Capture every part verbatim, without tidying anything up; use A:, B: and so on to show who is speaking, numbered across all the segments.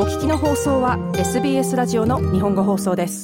A: 聞きの放送は エスビーエス ラジオの日本語放送です。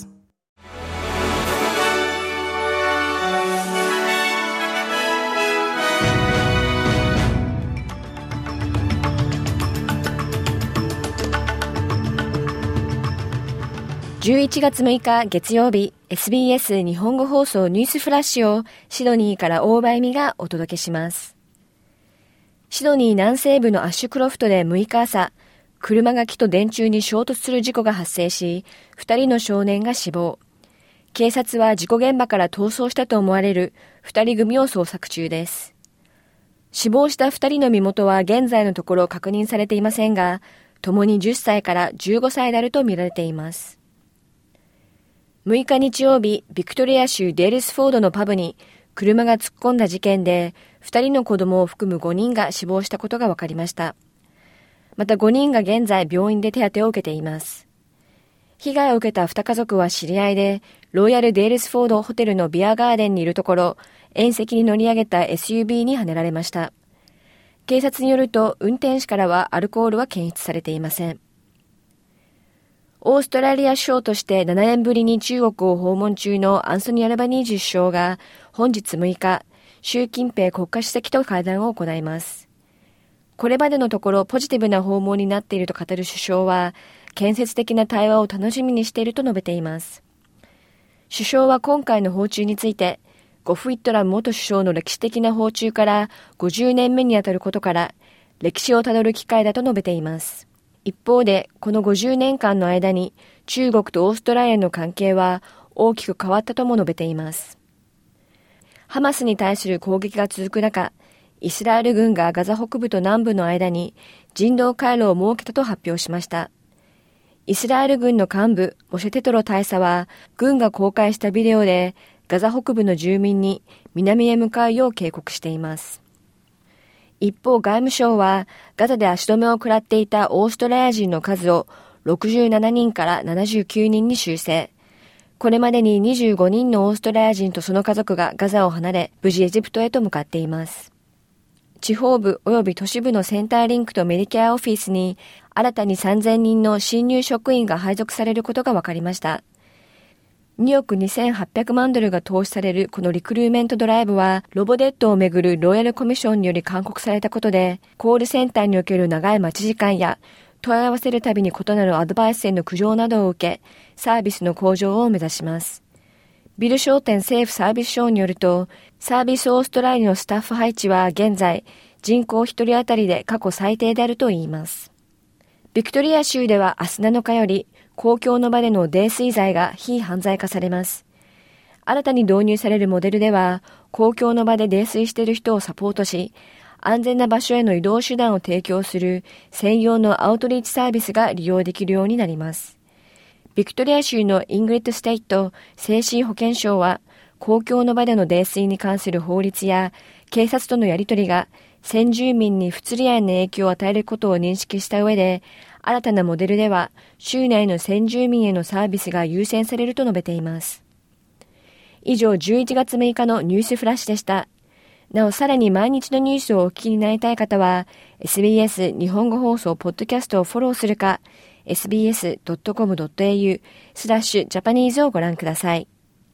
B: じゅういちがつむいか月曜日、 エスビーエス 日本語放送ニュースフラッシュをシドニーから大場恵美がお届けします。シドニー南西部のアッシュクロフトでむいか朝、車が木と電柱に衝突する事故が発生し、ふたりの少年が死亡。警察は事故現場から逃走したと思われるふたり組を捜索中です。死亡したふたりの身元は現在のところ確認されていませんが、共にじゅっさいからじゅうごさいであるとみられています。むいか日曜日、ビクトリア州デールスフォードのパブに車が突っ込んだ事件で、ふたりの子供を含むごにんが死亡したことが分かりました。またごにんが現在病院で手当てを受けています。被害を受けたに家族は知り合いで、ロイヤルデールスフォードホテルのビアガーデンにいるところ、縁石に乗り上げた エスユービー にはねられました。警察によると、運転手からはアルコールは検出されていません。オーストラリア首相としてななねんぶりに中国を訪問中のアンソニー・アルバニージー首相が本日むいか、習近平国家主席と会談を行います。これまでのところポジティブな訪問になっていると語る首相は、建設的な対話を楽しみにしていると述べています。首相は今回の訪中について、ゴフ・ウィットラム元首相の歴史的な訪中からごじゅうねんめにあたることから、歴史をたどる機会だと述べています。一方で、このごじゅうねんかんの間に中国とオーストラリアの関係は大きく変わったとも述べています。ハマスに対する攻撃が続く中、イスラエル軍がガザ北部と南部の間に人道回廊を設けたと発表しました。イスラエル軍の幹部、モシェ・テトロ大佐は、軍が公開したビデオでガザ北部の住民に南へ向かうよう警告しています。一方、外務省はガザで足止めを食らっていたオーストラリア人の数をろくじゅうななにんからななじゅうきゅうにんに修正。これまでににじゅうごにんのオーストラリア人とその家族がガザを離れ、無事エジプトへと向かっています。地方部及び都市部のセンターリンクとメディケアオフィスに新たにさんぜんにんの新入職員が配属されることが分かりました。におくにせんはっぴゃくまんドルが投資されるこのリクルーメントドライブは、ロボデットをめぐるロイヤルコミッションにより勧告されたことで、コールセンターにおける長い待ち時間や問い合わせるたびに異なるアドバイスへの苦情などを受け、サービスの向上を目指します。ビル商店政府サービス省によると、サービスオーストラリアのスタッフ配置は現在、人口ひとり当たりで過去最低であるといいます。ビクトリア州では明日なのかより、公共の場での泥酔罪が非犯罪化されます。新たに導入されるモデルでは、公共の場で泥酔している人をサポートし、安全な場所への移動手段を提供する専用のアウトリーチサービスが利用できるようになります。ビクトリア州のイングリッドステイト精神保健省は、公共の場での泥酔に関する法律や警察とのやり取りが先住民に不釣り合いの影響を与えることを認識した上で、新たなモデルでは州内の先住民へのサービスが優先されると述べています。以上、じゅういちがつむいかのニュースフラッシュでした。なお、さらに毎日のニュースをお聞きになりたい方は エスビーエス 日本語放送ポッドキャストをフォローするか エスビーエスドットコムドットエーユー スラッシュジャパニーズをご覧ください。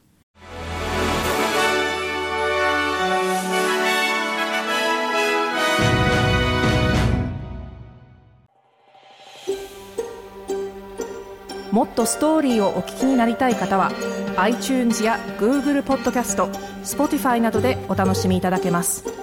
A: もっとストーリーをお聞きになりたい方は iTunes や Google ポッドキャスト、Spotify などでお楽しみいただけます。